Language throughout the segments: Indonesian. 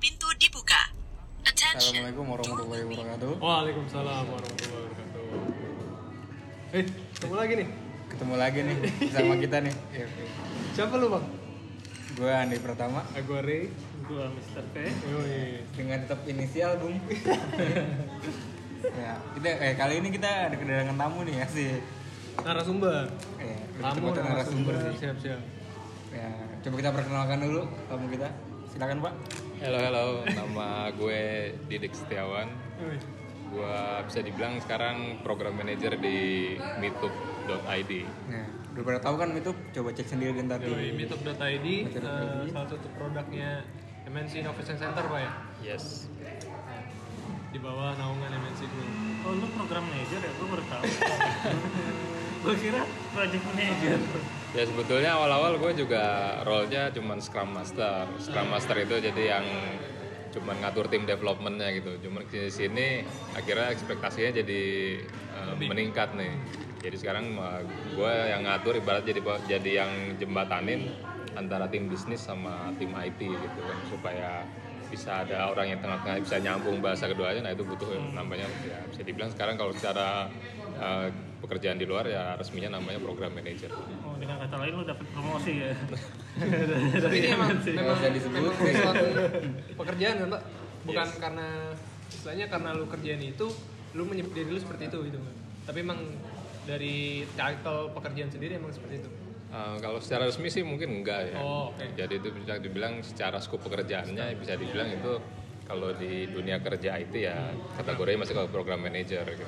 pintu dibuka. Attention. Assalamualaikum warahmatullahi wabarakatuh. Waalaikumsalam warahmatullahi wabarakatuh. Ketemu lagi nih. Ketemu lagi nih sama kita nih. Siapa lu, Bang? Gue Andi Pratama Gue Ray. Gua Mr. P. Yoi. dengan tetap inisial Bung. Ya, kita kali ini kita ada kedatangan tamu nih ya sih. Narasumber. Tamu narasumber sih. Siap. Ya, coba kita perkenalkan dulu tamu kita. Silakan Pak. Halo, nama gue Didik Setiawan. Yoi. Gue bisa dibilang sekarang program manager di meetup.id. Nah, udah pada tahu kan itu coba cek sendiri ntar di Yoi, meetup.id, Meetup.id. salah satu produknya MNC Innovation Center, Pak ya? Yes. Di bawah naungan MNC Group. Oh, lu program manager ya? Gua baru tahu. Gua kira project manager. Ya sebetulnya awal-awal gue juga role-nya cuman Scrum Master. Scrum Master itu jadi yang cuman ngatur tim development-nya gitu. Cuman di sini akhirnya ekspektasinya jadi meningkat nih. Jadi sekarang gue yang ngatur ibarat jadi yang jembatanin antara tim bisnis sama tim IT gitu kan, supaya bisa ada orang yang tengah-tengah bisa nyambung bahasa keduanya. Nah itu butuh namanya ya bisa dibilang sekarang kalau secara pekerjaan di luar ya resminya namanya program manager. Oh, dengan kata lain lu dapat promosi ya. Tapi ini memang bisa disebut. suatu pekerjaan kan, Pak? Bukan Yes. karena istilahnya karena lu kerjaan itu lu menyebut diri lu seperti itu gitu kan. Tapi emang dari title pekerjaan sendiri emang seperti itu. Kalau secara resmi sih mungkin enggak ya. Oh, oke. Jadi itu bisa dibilang secara skop pekerjaannya bisa dibilang itu kalau di dunia kerja IT ya kategorinya masih kalau program manager gitu.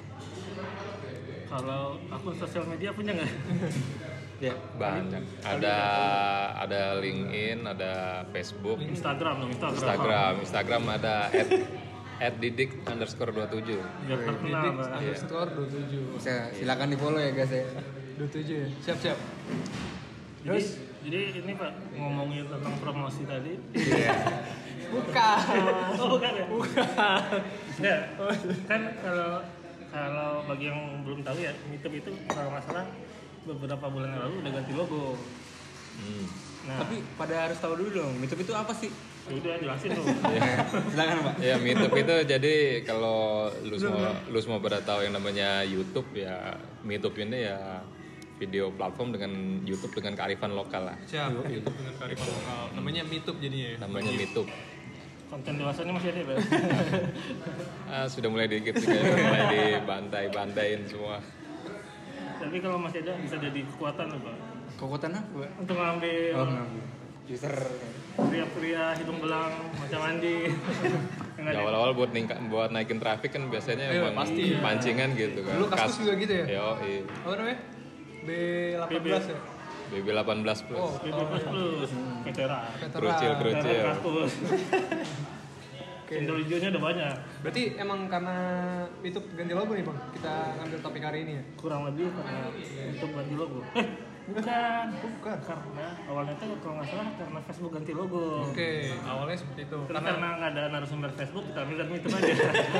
Kalau akun sosial media punya nggak? Ya, Banyak. Ada LinkedIn, ada Facebook, Instagram dong, Instagram ada @didik_27. Biar terkenal, Didik Pak. underscore 27. bisa silakan di follow ya guys ya. 27 ya? Siap. Jadi ini Pak, ngomongin tentang promosi tadi. Bukan. Oh, bukan ya? Bukan. Enggak. Kan kalau bagi yang belum tahu ya, Meetup itu kalau nggak salah beberapa bulan yang lalu udah ganti logo. Nah, Tapi pada harus tahu dulu dong, Meetup itu apa sih? ya udah jelasin tuh. Silakan Pak. Ya Meetup itu jadi kalau lu semua pada tahu yang namanya YouTube ya, Meetup ini ya video platform dengan YouTube dengan kearifan lokal lah. Siap. YouTube dengan kearifan lokal. Namanya Meetup jadinya ya. Namanya Meetup. Konten dewasanya masih ada ya, Pak? Sudah mulai dikit sih kayaknya, mulai dibantai-bantaiin semua. Tapi kalau masih ada bisa jadi kekuatan loh, Pak. Kekuatan apa Pak? Untuk ngambil User. pria-pria hidung belang macam Andi. Yang Ya, ada. awal-awal buat naikin traffic kan biasanya Iya, emang pasti. pancingan gitu kan. Dulu Kaskus juga gitu ya? Yoi. Apa namanya? B18 ya? BB18 plus. Oh, plus veteran. Kerucil. Veteran kampus. Cendol hijaunya udah banyak. Berarti emang karena itu ganti logo nih, Bang. Kita ngambil topik hari ini ya. Kurang lebih karena untuk ganti logo. Bukan. Karena awalnya tuh kalau nggak salah karena Facebook ganti logo. Oke, awalnya seperti itu. Terus karena nggak ada narasumber Facebook, kita ambil dari itu aja.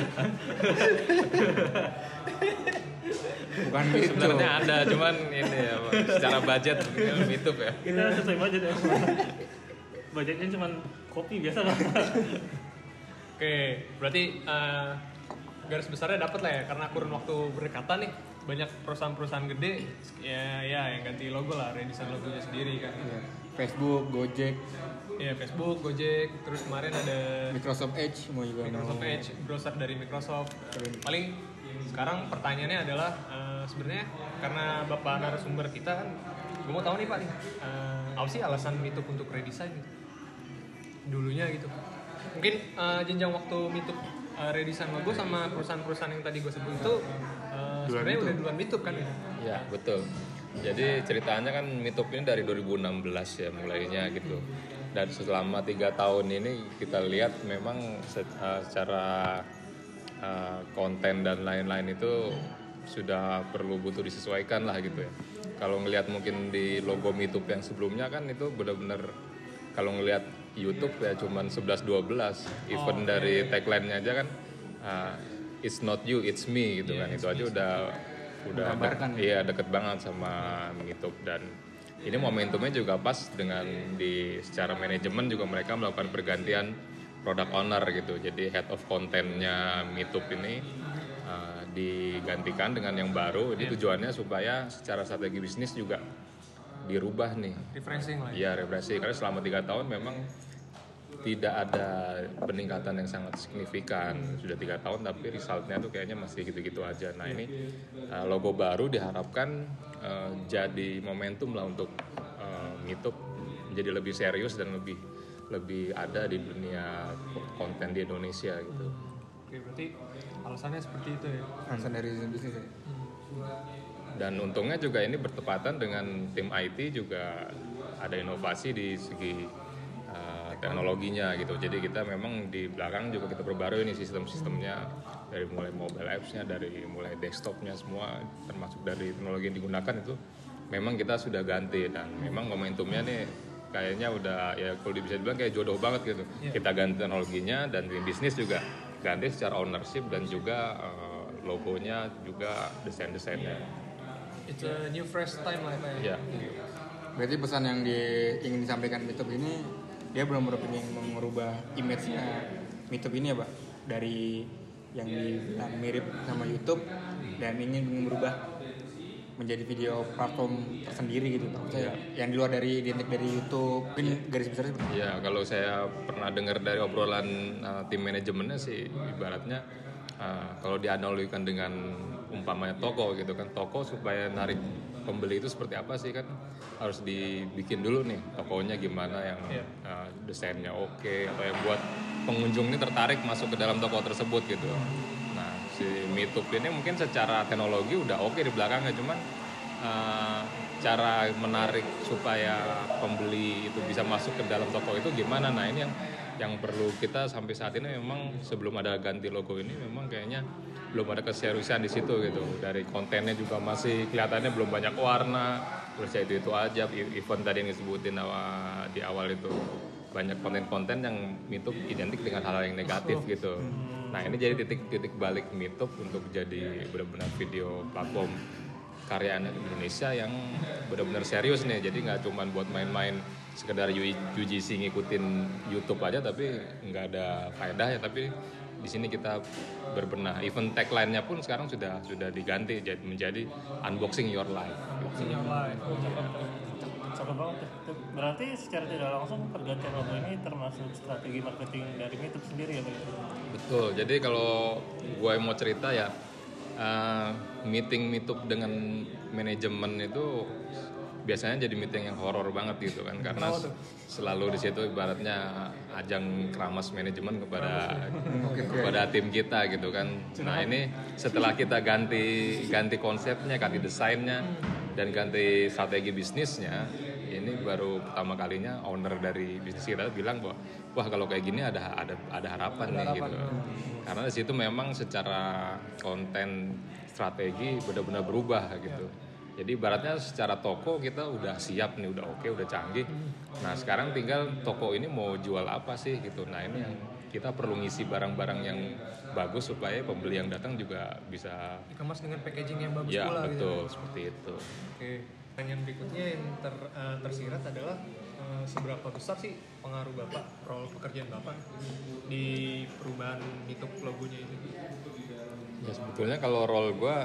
Bukan gitu. Sebenarnya ada, cuman ini ya, Pak, secara budget YouTube ya. Kita sesuai budget ya. Budgetnya cuma kopi biasa lah. Oke, berarti garis besarnya dapat lah ya, karena kurun waktu berdekatan nih banyak perusahaan-perusahaan gede ya yang ganti logo lah, redesign logonya sendiri kan. Facebook, Gojek, Ya Facebook, Gojek, terus kemarin ada Microsoft Edge mau juga Microsoft mau. Edge, browser dari Microsoft. Paling sekarang pertanyaannya adalah sebenarnya karena bapak narasumber kita kan, gue mau tahu nih Pak nih, apa sih alasan Meetup untuk redesign gitu? Dulunya gitu. Mungkin jenjang waktu Meetup redesign logo sama perusahaan-perusahaan yang tadi gue sebut itu sebenarnya udah duluan Meetup kan gitu. Ya betul. Jadi ceritanya kan Meetup ini dari 2016 ya mulainya gitu. Dan selama 3 tahun ini kita lihat memang secara konten dan lain-lain itu sudah butuh disesuaikan lah gitu ya. Kalau ngelihat mungkin di logo Meetup yang sebelumnya kan itu benar-benar kalau ngelihat YouTube ya cuman 11-12 event dari tagline-nya aja kan it's not you it's me gitu kan. Itu aja udah Menggambarkan. iya deket banget sama Meetup. Dan ini momentumnya juga pas dengan secara manajemen juga mereka melakukan pergantian product owner gitu. Jadi head of content-nya Meetup ini digantikan dengan yang baru. Ini tujuannya supaya secara strategi bisnis juga dirubah nih. Refreshing lah. Iya, refreshing. Karena selama 3 tahun memang tidak ada peningkatan yang sangat signifikan. Sudah 3 tahun tapi resultnya tuh kayaknya masih gitu-gitu aja. Nah ini logo baru diharapkan jadi momentum lah untuk Meetup menjadi lebih serius dan lebih ada di dunia konten di Indonesia gitu. Oke, berarti alasannya seperti itu ya. Alasan dari bisnis ya. Dan untungnya juga ini bertepatan dengan tim IT juga ada inovasi di segi teknologinya gitu. Jadi kita memang di belakang juga kita perbarui nih sistem-sistemnya dari mulai mobile apps-nya, dari mulai desktop-nya semua termasuk dari teknologi yang digunakan itu memang kita sudah ganti dan memang momentumnya nih kayaknya udah ya kalau bisa dibilang kayak jodoh banget gitu. Kita ganti teknologinya dan tim bisnis juga ganti secara ownership dan juga logonya juga desain-desainnya. It's a new fresh time lah Ya. ya. Berarti pesan yang ingin disampaikan Meetup ini dia benar-benar ingin merubah image-nya Meetup ini ya Pak, dari yang dibilang mirip sama YouTube dan ingin merubah menjadi video platform tersendiri gitu maksudnya yang di luar dari identik dari YouTube. Mungkin garis besarnya seperti itu. Ya, kalau saya pernah dengar dari obrolan tim manajemennya sih ibaratnya kalau dianalogikan dengan umpamanya toko gitu kan, toko supaya narik pembeli itu seperti apa sih kan harus dibikin dulu nih tokonya gimana yang desainnya oke atau yang buat pengunjung ini tertarik masuk ke dalam toko tersebut gitu. Nah si Meetup ini mungkin secara teknologi udah oke di belakangnya, cuman cara menarik supaya pembeli itu bisa masuk ke dalam toko itu gimana? Nah ini yang perlu kita sampai saat ini memang sebelum ada ganti logo ini memang kayaknya belum ada keseriusan di situ gitu. Dari kontennya juga masih kelihatannya belum banyak warna, terus ya itu aja event tadi yang disebutin di awal itu banyak konten-konten yang Meetup identik dengan hal-hal yang negatif gitu. Nah ini jadi titik balik Meetup untuk jadi benar-benar video platform karya anak Indonesia yang benar-benar serius nih. Jadi nggak cuma buat main-main sekedar UGC ngikutin YouTube aja tapi nggak ada faedahnya. Tapi di sini kita berbenah. Even tagline-nya pun sekarang sudah diganti menjadi unboxing your life. Unboxing your life. Cakep banget tuh. Berarti secara tidak langsung pergantian logo ini termasuk strategi marketing dari Meetup sendiri ya Pak? Betul. Jadi kalau gue mau cerita ya meeting Meetup dengan manajemen itu biasanya jadi meeting yang horor banget gitu kan karena selalu di situ ibaratnya ajang keramas manajemen kepada tim kita gitu kan. Nah ini setelah kita ganti konsepnya, ganti desainnya dan ganti strategi bisnisnya, ini baru pertama kalinya owner dari bisnis kita bilang bahwa wah kalau kayak gini ada harapan nih gitu. Karena di situ memang secara konten strategi benar-benar berubah gitu. Jadi ibaratnya secara toko kita udah siap nih, udah oke, udah canggih. Nah sekarang tinggal toko ini mau jual apa sih gitu. Nah ini yang kita perlu ngisi barang-barang yang bagus supaya pembeli yang datang juga bisa dikemas dengan packaging yang bagus ya, pula betul, gitu. seperti itu. Oke. Pertanyaan berikutnya yang tersirat adalah seberapa besar sih pengaruh Bapak, role pekerjaan Bapak di perubahan Meetup logonya itu? Ya sebetulnya kalau role gue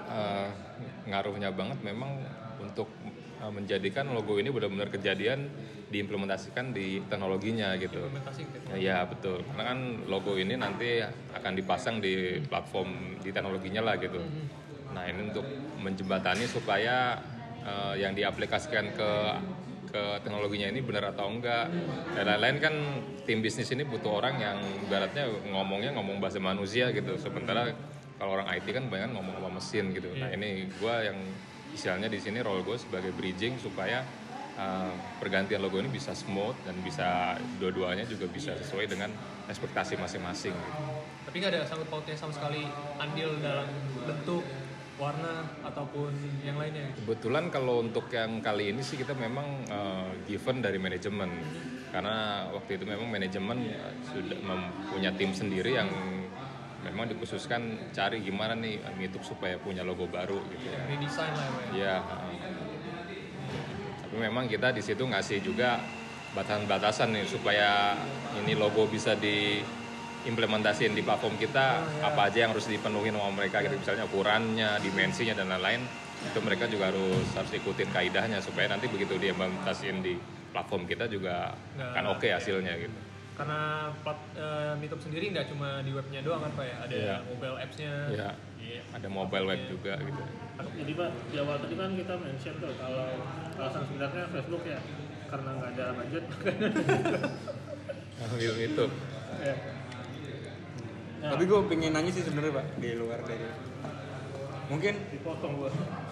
ngaruhnya banget memang untuk menjadikan logo ini benar-benar kejadian diimplementasikan di teknologinya gitu. Ya betul, karena kan logo ini nanti akan dipasang di platform di teknologinya lah gitu. Nah ini untuk menjembatani supaya yang diaplikasikan ke teknologinya ini benar atau enggak. Dan lain-lain kan tim bisnis ini butuh orang yang ibaratnya ngomong bahasa manusia gitu. Sementara kalau orang IT kan banyak ngomong sama mesin gitu. Nah ini gue yang istilahnya di sini role gue sebagai bridging supaya pergantian logo ini bisa smooth dan bisa dua-duanya juga bisa sesuai dengan ekspektasi masing-masing. Gitu. Tapi nggak ada sangkut pautnya sama sekali andil dalam bentuk, warna ataupun yang lainnya. Kebetulan kalau untuk yang kali ini sih kita memang given dari manajemen karena waktu itu memang manajemen sudah mempunyai tim sendiri yang memang dikhususkan cari gimana nih Meetup supaya punya logo baru gitu ya. Redesign lah ya. Iya. Tapi memang kita di situ ngasih juga batasan-batasan nih supaya ini logo bisa diimplementasiin di platform kita, apa aja yang harus dipenuhi sama mereka gitu, misalnya ukurannya, dimensinya dan lain-lain. Itu mereka juga harus ikutin kaidahnya supaya nanti begitu diimplementasiin di platform kita juga kan oke hasilnya gitu. Karena Meetup sendiri nggak cuma di webnya doang kan Pak ya, ada mobile apps-nya. Iya. Ada mobile web juga gitu. Jadi Pak, di awal tadi kan kita mention tuh kalau alasan sebenarnya Facebook ya karena nggak ada budget. Ambil itu. Ya. Tapi gue pengen nanya sih sebenarnya Pak, di luar dari mungkin Dipotong gua.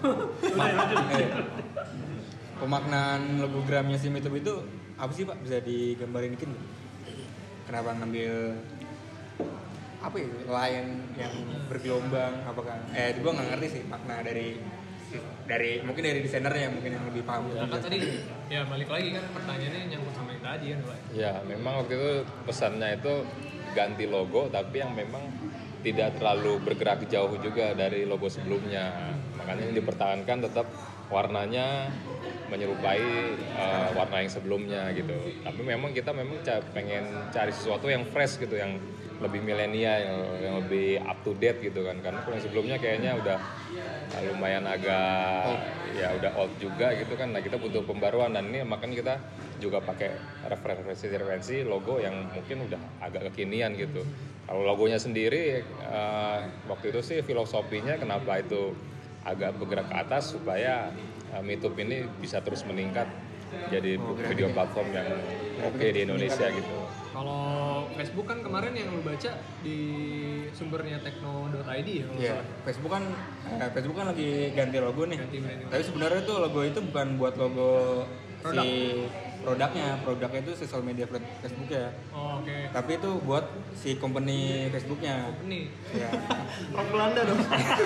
pemaknaan logogramnya si Meetup itu apa sih Pak? Bisa digambarin dikit nggak? Kenapa ngambil apa ya, lion yang bergelombang? Apakah gue nggak ngerti sih makna dari mungkin dari desainernya mungkin yang lebih paham. Nah, kan tadi ya balik lagi kan pertanyaannya nyangkut sama yang tadi kan Pak. Ya, memang waktu itu pesannya itu ganti logo tapi yang memang tidak terlalu bergerak jauh juga dari logo sebelumnya. Makanya yang dipertahankan tetap warnanya menyerupai warna yang sebelumnya gitu. Tapi memang kita pengen cari sesuatu yang fresh gitu, yang lebih milenial, yang lebih up to date gitu kan. Karena yang sebelumnya kayaknya udah lumayan agak ya udah old juga gitu kan. Nah, kita butuh pembaruan dan ini makanya kita juga pakai referensi logo yang mungkin udah agak kekinian gitu. Kalau logonya sendiri waktu itu sih filosofinya kenapa itu agak bergerak ke atas supaya Meetup ini bisa terus meningkat jadi video platform yang oke di Indonesia gitu. Kalau Facebook kan kemarin yang lu baca di sumbernya tekno.id ya kalau Iya, salah. Facebook kan lagi ganti logo nih. Ganti branding. Tapi sebenarnya tuh logo itu bukan buat logo si produknya itu sosial media Facebook ya. Oh, oke. Tapi itu buat si company Facebooknya. Nih, Ya. orang Belanda dong.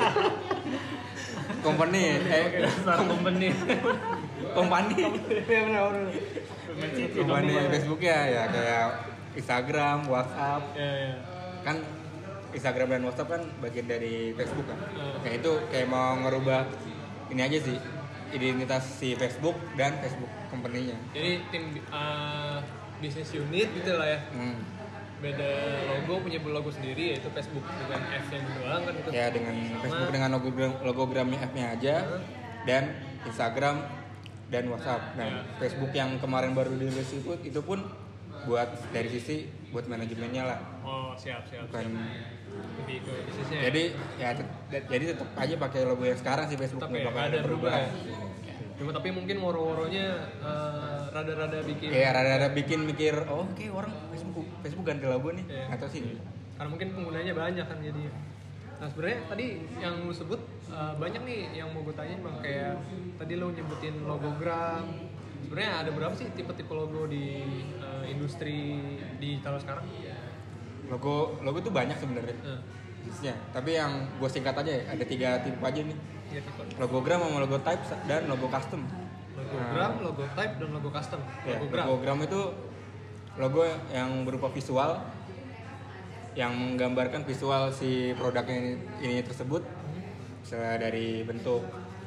Company, company. company Ya benar. company Facebooknya ya kayak Instagram, WhatsApp. Ya. Kan Instagram dan WhatsApp kan bagian dari Facebook kan. Kayak itu kayak mau ngerubah ini aja sih, identitas si Facebook dan Facebook company-nya. Jadi tim bisnis unit gitu lah ya. Beda logo, punya logo sendiri yaitu Facebook dengan F-nya doang kan itu. Ya dengan Facebook dengan logogramnya F-nya aja dan Instagram dan WhatsApp. Nah, Facebook yang kemarin baru dirilis itu pun buat dari sisi buat manajemennya lah. Oh, siap. Bukan Lebih ke bisnisnya. jadi ya jadi tetap aja pakai logo yang sekarang sih Facebook Tapi nggak bakal ada perubahan. perubahan. Cuma tapi mungkin woro-woronya rada-rada bikin. Iya, rada-rada bikin mikir, oh oke, orang Facebook ganti logo nih, Iya. atau sih. Karena mungkin penggunanya banyak kan jadi. Nah sebenarnya tadi yang lu sebut banyak nih yang mau gue tanya bang, kayak tadi lu nyebutin logogram. Sebenarnya ada berapa sih tipe-tipe logo di industri digital sekarang? Logo tuh banyak sebenarnya. Jenisnya. Tapi yang gue singkat aja ya, ada 3 tipe aja nih. Iya tipe. Logogram sama logo type dan logo custom. Logogram, logo type, dan logo custom. Ya, Logogram. logogram itu logo yang berupa visual yang menggambarkan visual si produknya ini tersebut, misalnya dari bentuk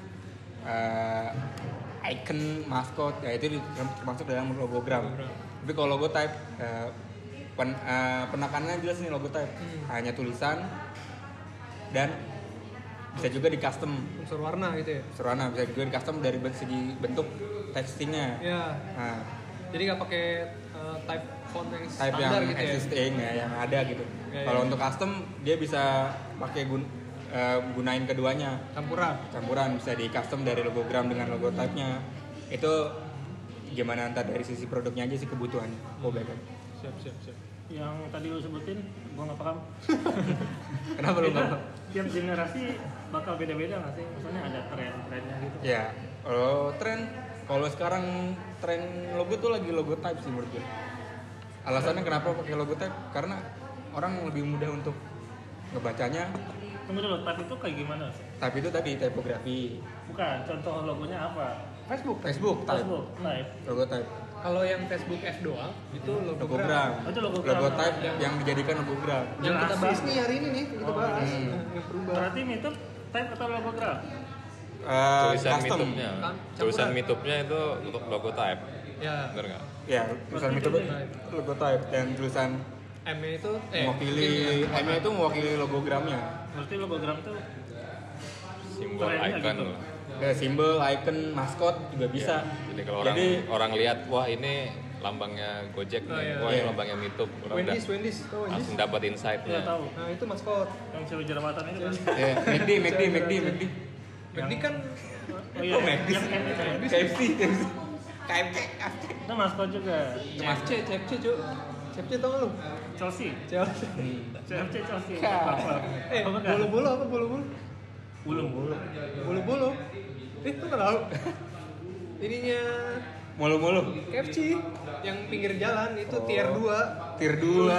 icon, maskot, ya itu termasuk dalam logogram. Tapi kalau logo type penekanannya jelas nih logo type, hanya tulisan dan bisa juga di custom Unsur warna gitu ya? unsur warna, bisa juga di custom dari segi bentuk textingnya. Iya. Nah, Jadi nggak pakai type font yang type standar yang gitu ya? existing ya, yang ada gitu. Ya, Kalau ya. untuk custom dia bisa pakai gunain keduanya, campuran bisa di custom dari logogram dengan logo type-nya. Itu gimana ntar dari sisi produknya aja sih kebutuhannya. Oh baik. Siap. Yang tadi lu sebutin, gua nggak paham. Kenapa lu nggak? Tiap generasi bakal beda-beda nggak sih? Maksudnya ada tren-trennya gitu. Ya, kalau sekarang tren logo tuh lagi logo type sih menurut gue. Alasannya kenapa pakai logo type? Karena orang lebih mudah untuk ngebacanya. Tunggu dulu, type itu kayak gimana? Type itu tadi typografi. Bukan, contoh logonya apa? Facebook type. Facebook, type. Logo type. Kalau yang Facebook F doang itu Logogram. Oh, itu logogram. Logo type yang dijadikan logogram. Yang kita bahas Jelasin. nih hari ini nih, kita bahas yang perubahan. Berarti itu type atau logogram? Tulisan Custom. Meetupnya, Kan, tulisan campuran. Meetupnya itu untuk logo type, Ya. bener nggak? Ya, tulisan Meetup logo type dan tulisan M-nya itu mewakili M-nya itu mewakili logogramnya. Berarti logogram tuh Simbol kerennya icon. gitu. Simbol, icon, maskot juga bisa. Jadi kalau orang lihat, wah ini lambangnya Gojek nih, wah ini lambangnya Meetup, orang udah Wendy's, tahu Wendy's? langsung dapat insight-nya. Iya tahu. Nah itu maskot. Yang cewek jerawatan itu kan. Ya, McD. McD kan Oh iya, yang M itu ya. KFC. KFC. Itu maskot juga. CFC, Cuk. CFC tau gak lu? Chelsea. Chelsea. CFC Chelsea. Kak. Apa kan? Bulu-bulu apa bulu-bulu? Bulu. Bulu-bulu. Lu nggak tahu? Ininya Mulu-mulu. KFC yang pinggir jalan itu tier 2. Tier 2.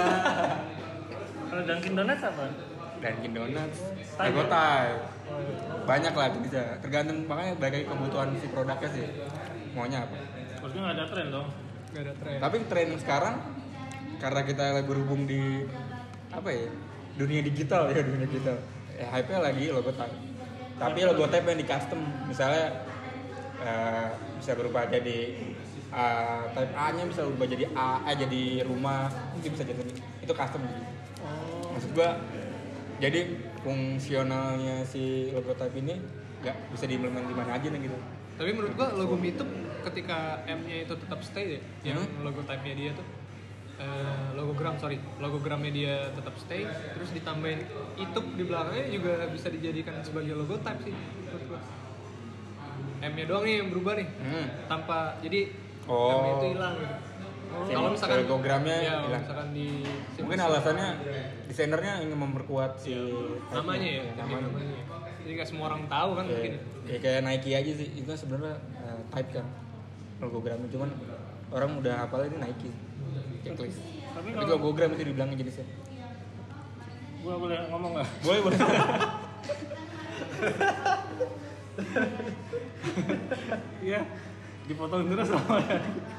Kalau Dunkin Donuts apa? Dunkin Donuts. Type. Logo type. Banyak lah bisa. Tergantung makanya balik lagi kebutuhan si produknya sih. Maunya apa? Maksudnya nggak ada tren dong. Gak ada tren. Tapi tren sekarang karena kita lagi berhubung di apa ya? Dunia digital. Ya, hype-nya lagi logo type. Tapi logo type yang di custom, misalnya bisa berubah jadi type A-nya bisa berubah jadi A jadi rumah, itu bisa jadi itu custom gitu. Maksud gua jadi fungsionalnya si logo type ini nggak bisa diimplement di mana aja nih gitu. Tapi menurut gua logo Meetup ketika M-nya itu tetap stay ya, yang logo type-nya dia tuh logogramnya dia tetap stay, terus ditambahin itup di belakangnya juga bisa dijadikan sebagai logo type sih menurut gua. M-nya doang nih yang berubah nih, tanpa jadi M-nya itu hilang gitu. Kalau misalkan logogramnya ya, hilang. misalkan di Mungkin alasannya desainernya ingin memperkuat si namanya ya, namanya. jadi nggak semua orang tahu kan mungkin. Ya, kayak Nike aja sih, itu kan sebenarnya type kan logogramnya, cuman orang udah hafal ini Nike checklist. Tapi Tapi kalau logogram itu dibilangnya jenisnya. gua boleh ngomong nggak? Boleh. Iya, dipotong terus sama ya.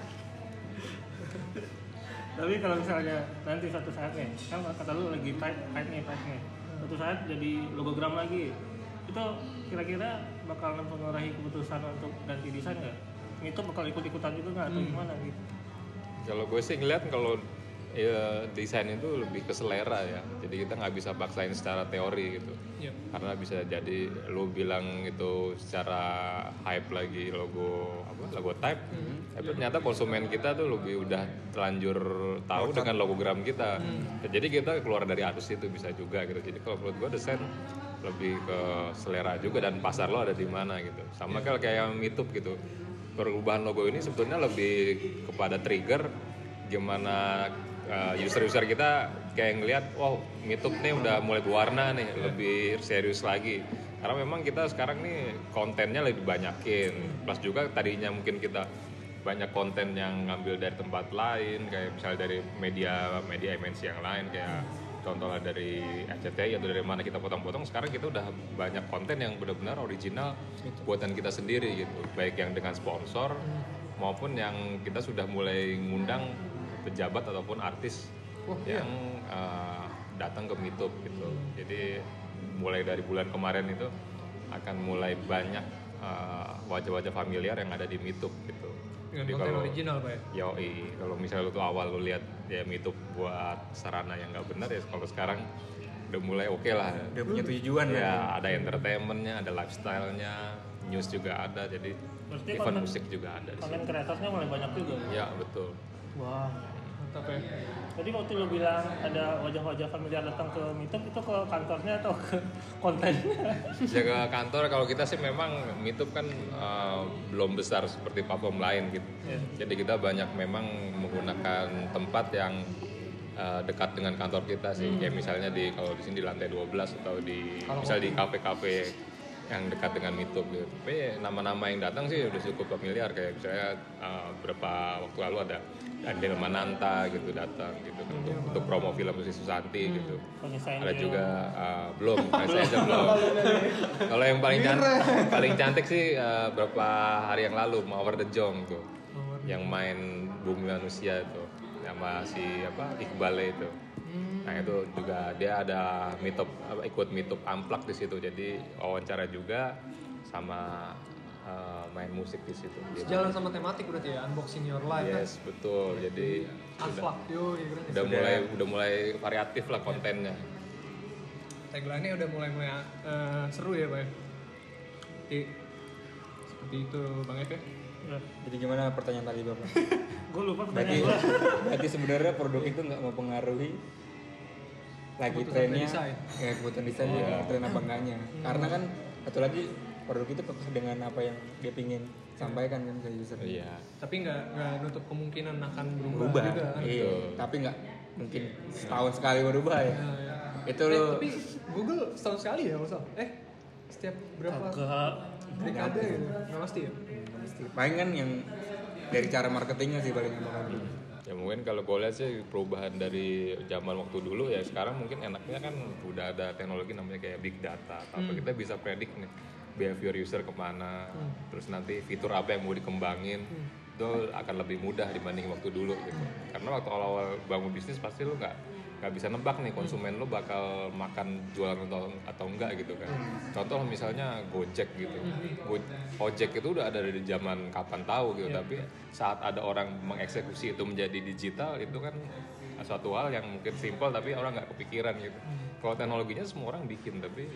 Tapi kalau misalnya nanti satu saat nih, kan kata lu lagi type nih. Satu saat jadi logogram lagi, itu kira-kira bakal mempengaruhi keputusan untuk ganti desain nggak? Itu bakal ikut-ikutan juga nggak atau gimana gitu? Kalau gue sih ngeliat kalau ya, desain itu lebih ke selera ya, jadi kita nggak bisa paksain secara teori gitu. Karena bisa jadi lu bilang itu secara hype lagi logo type, tapi ternyata konsumen kita tuh lebih udah terlanjur tahu dengan logogram kita. Jadi kita keluar dari arus itu bisa juga gitu. Jadi kalau menurut gue desain lebih ke selera juga dan pasar lo ada di mana gitu. Sama kayak Meetup gitu. Perubahan logo ini sebetulnya lebih kepada trigger gimana user-user kita kayak ngelihat, wow Meetup nih udah mulai berwarna nih, lebih serius lagi. Karena memang kita sekarang nih kontennya lebih banyakin. Plus juga tadinya mungkin kita banyak konten yang ngambil dari tempat lain, kayak misalnya dari media MNC yang lain, kayak contohnya dari RCTI atau dari mana kita potong-potong. Sekarang kita udah banyak konten yang benar-benar original buatan kita sendiri gitu, baik yang dengan sponsor maupun yang kita sudah mulai ngundang pejabat ataupun artis yang datang ke Meetup gitu. Jadi mulai dari bulan kemarin itu akan mulai banyak wajah-wajah familiar yang ada di Meetup gitu. Dengan Jadi konten kalau original Pak ya? Yoi, kalau misalnya lu tuh awal lu lihat ya Meetup buat sarana yang nggak benar ya, kalau sekarang udah mulai oke lah. Udah punya tujuan Ya ada entertainmentnya, ada lifestyle-nya, news juga ada, jadi Berarti event musik juga ada di konten sini. kreatornya mulai banyak juga. Ya betul. Wah. Mantap ya. Jadi waktu lu bilang ada wajah-wajah familiar datang ke Meetup, itu ke kantornya atau ke kontennya? Ya ke kantor, kalau kita sih memang Meetup kan belum besar seperti platform lain gitu. Jadi kita banyak memang menggunakan tempat yang dekat dengan kantor kita sih. Kayak misalnya kalau di sini di lantai 12 atau misalnya di kafe-kafe yang dekat dengan Meetup gitu. Tapi nama-nama yang datang sih udah cukup familiar, kayak misalnya beberapa waktu lalu ada Daniel Mananta gitu datang gitu kan, untuk promo film Susi Susanti gitu. Ada juga belum, saya belum. Kalau yang paling cantik sih beberapa hari yang lalu Mawar De Jong tuh, yang main Bumi Manusia itu sama si Iqbal itu. Nah itu juga dia ada Meetup ikut Meetup Unplugged di situ, jadi wawancara juga sama main musik di situ. Sejalan sama tematik berarti ya, unboxing your life Yes, betul. Jadi Unplug, udah mulai variatif lah kontennya. Tagline-nya udah mulai seru ya Pak ya. Jadi, seperti itu Bang Efe. Ya. Jadi gimana pertanyaan tadi Bapak? Gue lupa Berarti, pertanyaan gue. berarti sebenarnya produk itu nggak mempengaruhi lagi Keputusan trennya, desain. ya kebutuhan desain tren apa enggaknya. Karena kan satu lagi produk itu fokus dengan apa yang dia pingin sampaikan kan ke user. Iya. Tapi nggak nutup kemungkinan akan berubah Berubah, juga kan. iya. Tapi nggak mungkin setahun sekali berubah ya. Itu lo Tapi Google setahun sekali ya maksudnya? Setiap berapa Kagak. dekade gitu? Nggak pasti ya? paling kan yang dari cara marketingnya sih paling yang bakal berubah. Ya mungkin kalau gue lihat sih perubahan dari zaman waktu dulu ya sekarang mungkin enaknya kan udah ada teknologi namanya kayak big data. Apa kita bisa predik nih behavior user kemana, terus nanti fitur apa yang mau dikembangin itu akan lebih mudah dibanding waktu dulu gitu. Karena waktu awal-awal bangun bisnis pasti lu nggak bisa nebak nih konsumen lu bakal makan jualan atau enggak gitu kan. Contoh misalnya Gojek gitu. Ojek itu udah ada dari zaman kapan tahu gitu, tapi saat ada orang mengeksekusi itu menjadi digital itu kan suatu hal yang mungkin simpel tapi orang nggak kepikiran gitu. Kalau teknologinya semua orang bikin tapi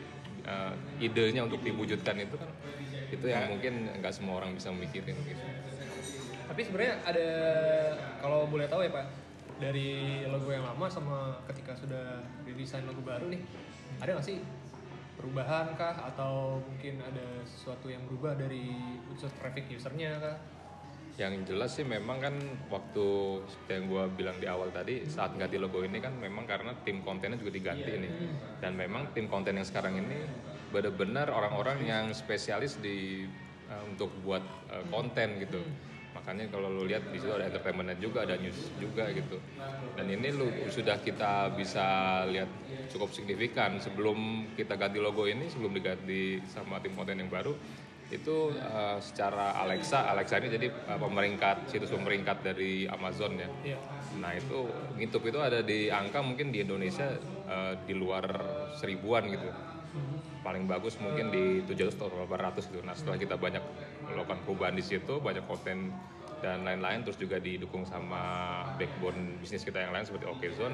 idenya untuk diwujudkan itu kan itu yang mungkin nggak semua orang bisa mikirin gitu. Tapi sebenarnya ada, kalau boleh tahu ya Pak, dari logo yang lama sama ketika sudah redesign logo baru nih, ada nggak sih perubahan kah atau mungkin ada sesuatu yang berubah dari unsur traffic usernya kah? Yang jelas sih memang kan waktu seperti yang gue bilang di awal tadi saat ganti logo ini kan memang karena tim kontennya juga diganti nih, dan memang tim konten yang sekarang ini benar-benar orang-orang yang spesialis di untuk buat konten gitu. Makanya kalau lu lihat di situ ada entertainmentnya juga, ada news juga gitu. Dan ini sudah kita bisa lihat cukup signifikan sebelum kita ganti logo ini, sebelum diganti sama tim konten yang baru itu secara Alexa ini jadi situs pemeringkat dari Amazon ya. Nah itu YouTube itu ada di angka mungkin di Indonesia di luar 1000-an gitu. Paling bagus mungkin di 700 atau 800 gitu. Nah setelah kita banyak melakukan perubahan di situ, banyak konten dan lain-lain, terus juga didukung sama backbone bisnis kita yang lain seperti Okezone,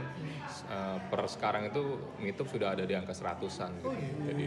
per sekarang itu YouTube sudah ada di angka 100-an gitu. Jadi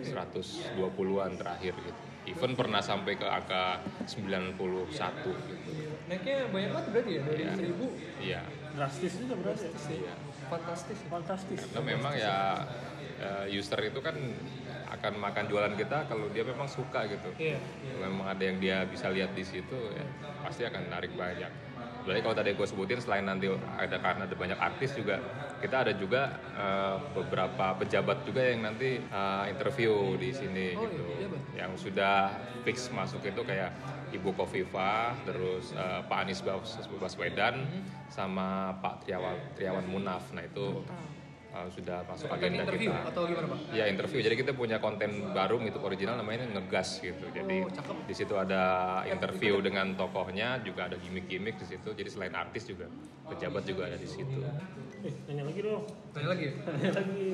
120-an terakhir gitu. Even pernah sampai ke angka 91 gitu. Naiknya banyak banget berarti ya, dari 1000. Iya. Drastis juga berarti. Iya. Fantastis. Karena memang ya user itu kan akan makan jualan kita kalau dia memang suka gitu. Iya. Kalau memang ada yang dia bisa lihat di situ ya pasti akan menarik banyak. Jadi kalau tadi gue sebutin selain nanti karena ada banyak artis juga, kita ada juga beberapa pejabat juga yang nanti interview di sini gitu. Yang sudah fix masuk itu kayak Ibu Khofifah, terus Pak Anies Baswedan, sama Pak Triawan Munaf. Nah itu sudah masuk agenda interview kita. Atau gimana Pak? Ya interview. Jadi kita punya konten baru YouTube original namanya Ngegas gitu. Jadi di situ ada interview dengan tokohnya, juga ada gimmick-gimmick di situ. Jadi selain artis juga pejabat juga ada di situ. Tanya lagi dong. Tanya lagi ya? Tanya lagi.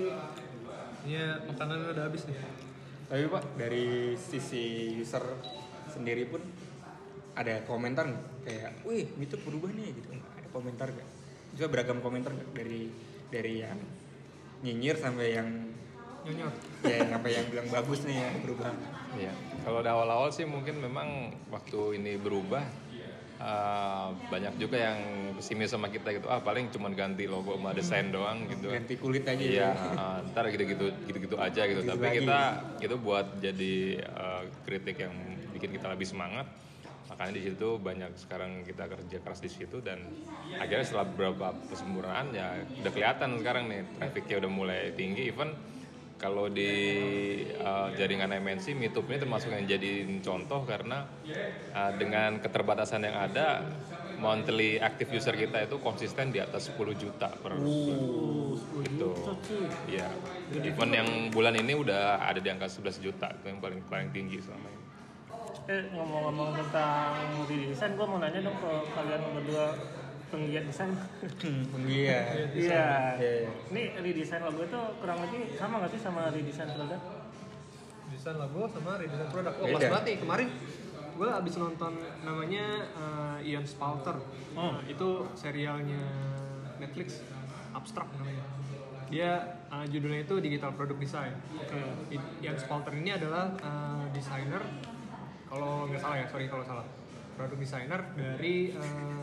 Ini makanan udah habis nih. Tapi Pak dari sisi user sendiri pun ada komentar nggak? Kayak, wih itu berubah nih gitu. Ada komentar nggak? Juga beragam komentar nggak dari yang nyinyir sampai yang Nyonyor. ya sampai yang bilang bagus nih ya berubah. Iya. Kalau di awal-awal sih mungkin memang waktu ini berubah banyak juga yang pesimis sama kita gitu. Paling cuma ganti logo sama desain doang gitu. Ganti kulit aja. Iya, ntar gitu aja gitu. Tapi lagi. kita itu buat jadi kritik yang bikin kita lebih semangat. Makanya di situ banyak sekarang kita kerja keras di situ, dan akhirnya setelah beberapa kesempurnaan ya udah kelihatan sekarang nih trafficnya udah mulai tinggi. Even kalau di jaringan MNC, YouTube ini termasuk yang jadi contoh karena dengan keterbatasan yang ada, monthly active user kita itu konsisten di atas 10 juta per itu. Iya. Even yang bulan ini udah ada di angka 11 juta, itu yang paling tinggi selama ini. Ngomong-ngomong tentang redesign, gue mau nanya dong ke kalian berdua penggiat desain. Penggiat. Iya. Iya. Ini redesign logo itu kurang lebih sama nggak sih sama redesign produk? Desain logo sama redesign produk. Oh, Beda. pas banget nih. Kemarin gue abis nonton namanya Ian Spalter. Itu serialnya Netflix, Abstract namanya. Dia judulnya itu Digital Product Design. Ian Spalter ini adalah desainer, kalau nggak salah ya, sorry kalau salah, product designer dari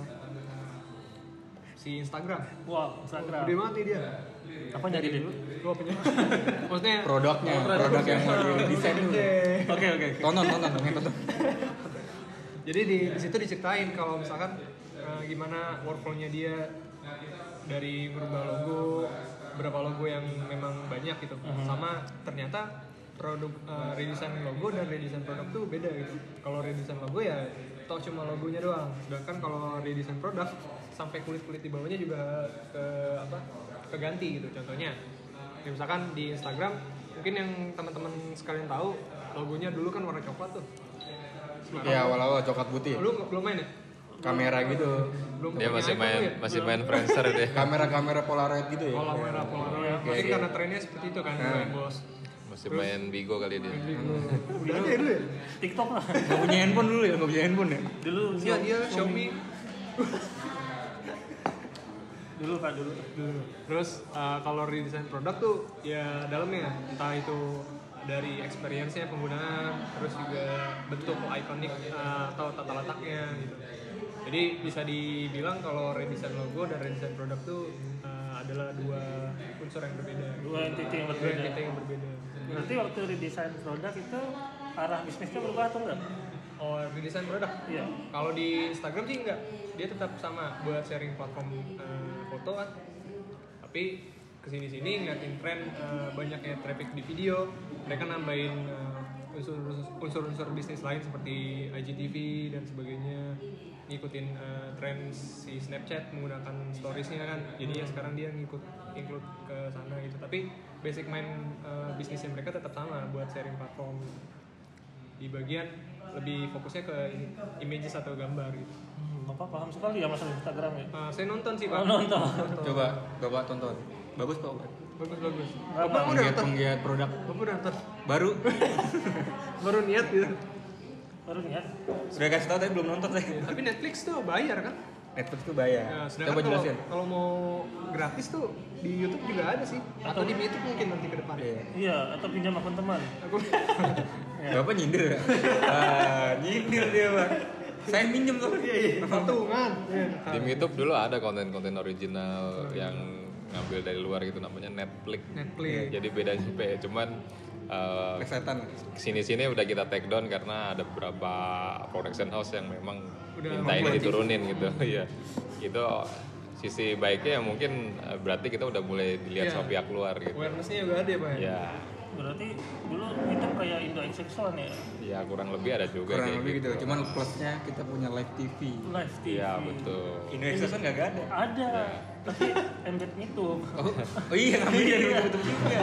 si Instagram. Wah, Instagram. Gede banget nih dia. Apa jadi dulu? Gue punya. Maksudnya Produknya, produk yang mau didesain dulu. Oke. Tonton. Jadi di situ diceritain kalau misalkan gimana workflow-nya dia dari merubah logo, berapa logo yang memang banyak gitu. Sama ternyata produk redesign logo dan redesign produk tuh beda gitu. Kalau redesign logo ya toh cuma logonya doang. Sedangkan kalau redesign produk sampai kulit-kulit di bawahnya juga keganti gitu. Contohnya ya misalkan di Instagram mungkin yang teman-teman sekalian tahu logonya dulu kan warna coklat tuh. Iya, awal-awal coklat putih. Lu belum main ya? Kamera gitu. Belum Dia punya iPhone ya? masih main Friendster deh. Kamera Polaroid gitu ya. Kalau merah Polaroid. Mungkin Iya. karena trennya seperti itu kan, main bos. Masih main Bigo kali dia. Udah aja dulu ya? TikTok lah. Nggak punya handphone dulu ya, nggak punya handphone ya. Dulu Iya dia Xiaomi. Dulu. Terus kalau redesign produk tuh ya dalamnya entah itu dari experience-nya penggunaan, terus juga bentuk ikonik atau tata letaknya gitu. Jadi bisa dibilang kalau redesign logo dan redesign produk tuh adalah dua unsur yang berbeda. Dua entity yang Dua berbeda. entity yang berbeda. Berarti waktu redesign produk itu arah bisnisnya berubah atau enggak? Oh, redesign produk? Iya. Kalau di Instagram sih enggak, dia tetap sama buat sharing platform foto kan. Tapi kesini-sini ngeliatin tren banyaknya traffic di video, mereka nambahin unsur-unsur bisnis lain seperti IGTV dan sebagainya, ngikutin tren si Snapchat menggunakan storiesnya kan. Jadi ya sekarang dia include ke sana gitu. Tapi basic main bisnisnya mereka tetap sama buat sharing platform. Di bagian lebih fokusnya ke images atau gambar gitu. Bapak paham sekali ya masalah Instagram ya? Saya nonton sih Pak. Oh, nonton. Coba Bapak tonton. Bagus Pak. Bagus. Apa? Bapak udah nonton? Penggiat produk Bapak udah nonton? baru. Baru niat gitu. Baru niat. Sudah kasih tahu tapi belum nonton saya. Tapi Netflix tuh bayar kan? Netflix tuh bayar. Nah, sedangkan Coba jelasin. kalau mau gratis tuh di YouTube juga ada sih. Atau di YouTube mungkin nanti ke depan. Iya. Iya, atau pinjam akun teman. Aku Bapak nyindir ya? Nyindir dia Bang. Saya minjem tuh. patungan. Di YouTube dulu ada konten-konten original yang ngambil dari luar gitu, namanya Netflix. Netflix. Jadi bedanya cuman Kesehatan. sini udah kita take down karena ada beberapa production house yang memang Udah minta ini diturunin gitu. Iya. Itu sisi baiknya ya mungkin berarti kita udah mulai dilihat Iya. sama pihak luar gitu. Awareness-nya juga ada ya Pak? Ya, Berarti dulu itu kayak Indo XX1 ya? ya kurang lebih ada juga Kurang kayak lebih gitu. Cuman plusnya kita punya live TV. Live TV. Iya betul. Indonesia kan nggak ada. Ada, tapi embed YouTube. Oh iya ngambil betul juga.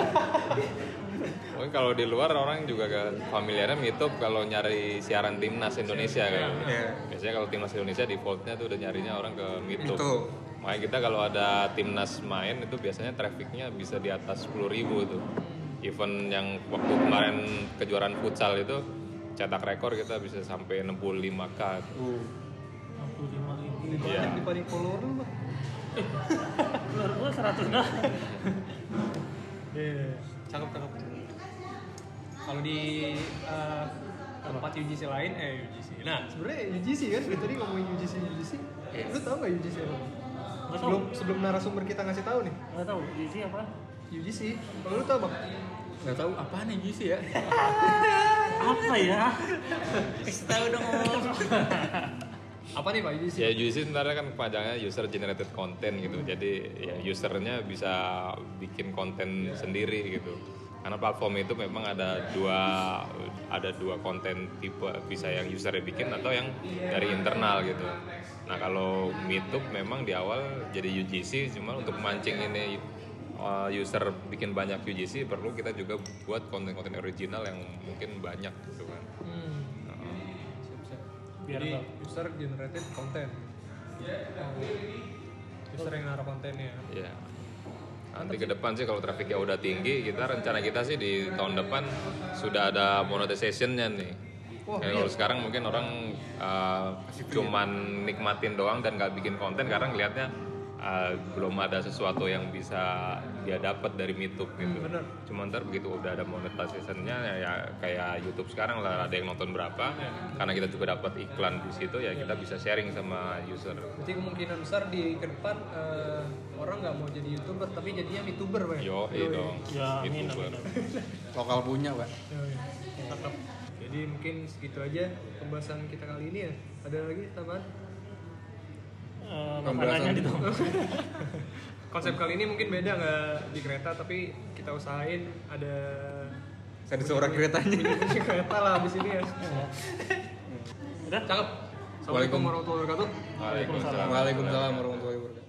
Mungkin kalau di luar orang juga kan familiarnya YouTube kalau nyari siaran timnas Indonesia kan. Iya. Biasanya kalau timnas Indonesia defaultnya tuh udah nyarinya orang ke YouTube. YouTube. Makanya kita kalau ada timnas main itu biasanya trafficnya bisa di atas 10.000 tuh. Event yang waktu kemarin kejuaraan futsal itu cetak rekor kita bisa sampai 65k. 65.000. Iya. Dibanding follower lu Pak? Keluar gua 100 dah. Iya. Cakep. Kalau di tempat UGC lain, UGC. Nah, sebenarnya UGC kan, kita tadi ngomongin UGC. Lu tau nggak UGC apa? Nggak tahu. Sebelum narasumber kita ngasih tahu nih, Nggak tahu, isi apa? UGC. Kalau lu tau Bang? Nggak tahu apaan nih GC ya? Apa ya? Kasih tahu dong. Apa nih Pak UGC? Ya UGC sebenarnya kan kepanjangannya user generated content gitu. Jadi ya usernya bisa bikin konten sendiri gitu. Karena platform itu memang ada dua konten tipe, bisa yang usernya bikin atau yang dari internal gitu. Nah kalau Meetup memang di awal jadi UGC, cuma untuk mancing ini user bikin banyak UGC perlu kita juga buat konten-konten original yang mungkin banyak gitu kan. Biar Jadi tahu. user generated content. User yang naruh kontennya. Ya. Nanti ke depan sih kalau trafficnya udah tinggi, rencana kita sih di tahun depan sudah ada monetization-nya nih. Wah, Kayak iya. kalau sekarang mungkin orang cuman nikmatin doang dan nggak bikin konten karena ngelihatnya belum ada sesuatu yang bisa dia dapat dari YouTube gitu. bener. Cuma ntar begitu udah ada monetisasinya ya kayak YouTube sekarang lah, ada yang nonton berapa. Karena kita juga dapat iklan di situ ya kita bisa sharing sama user. Berarti kemungkinan besar di ke depan orang nggak mau jadi YouTuber tapi jadinya VTuber, Pak. Yo, dong. Ya, amin, YouTuber. amin. Lokal punya pak. Mantap. Jadi mungkin segitu aja pembahasan kita kali ini ya. Ada lagi tambahan? Makanannya di toko. Konsep kali ini mungkin beda nggak di kereta tapi kita usahain ada Saya disuara keretanya. bunyi kereta lah abis ini ya. Udah? Cakep. Assalamualaikum warahmatullahi wabarakatuh. Waalaikumsalam. Waalaikumsalam warahmatullahi wabarakatuh.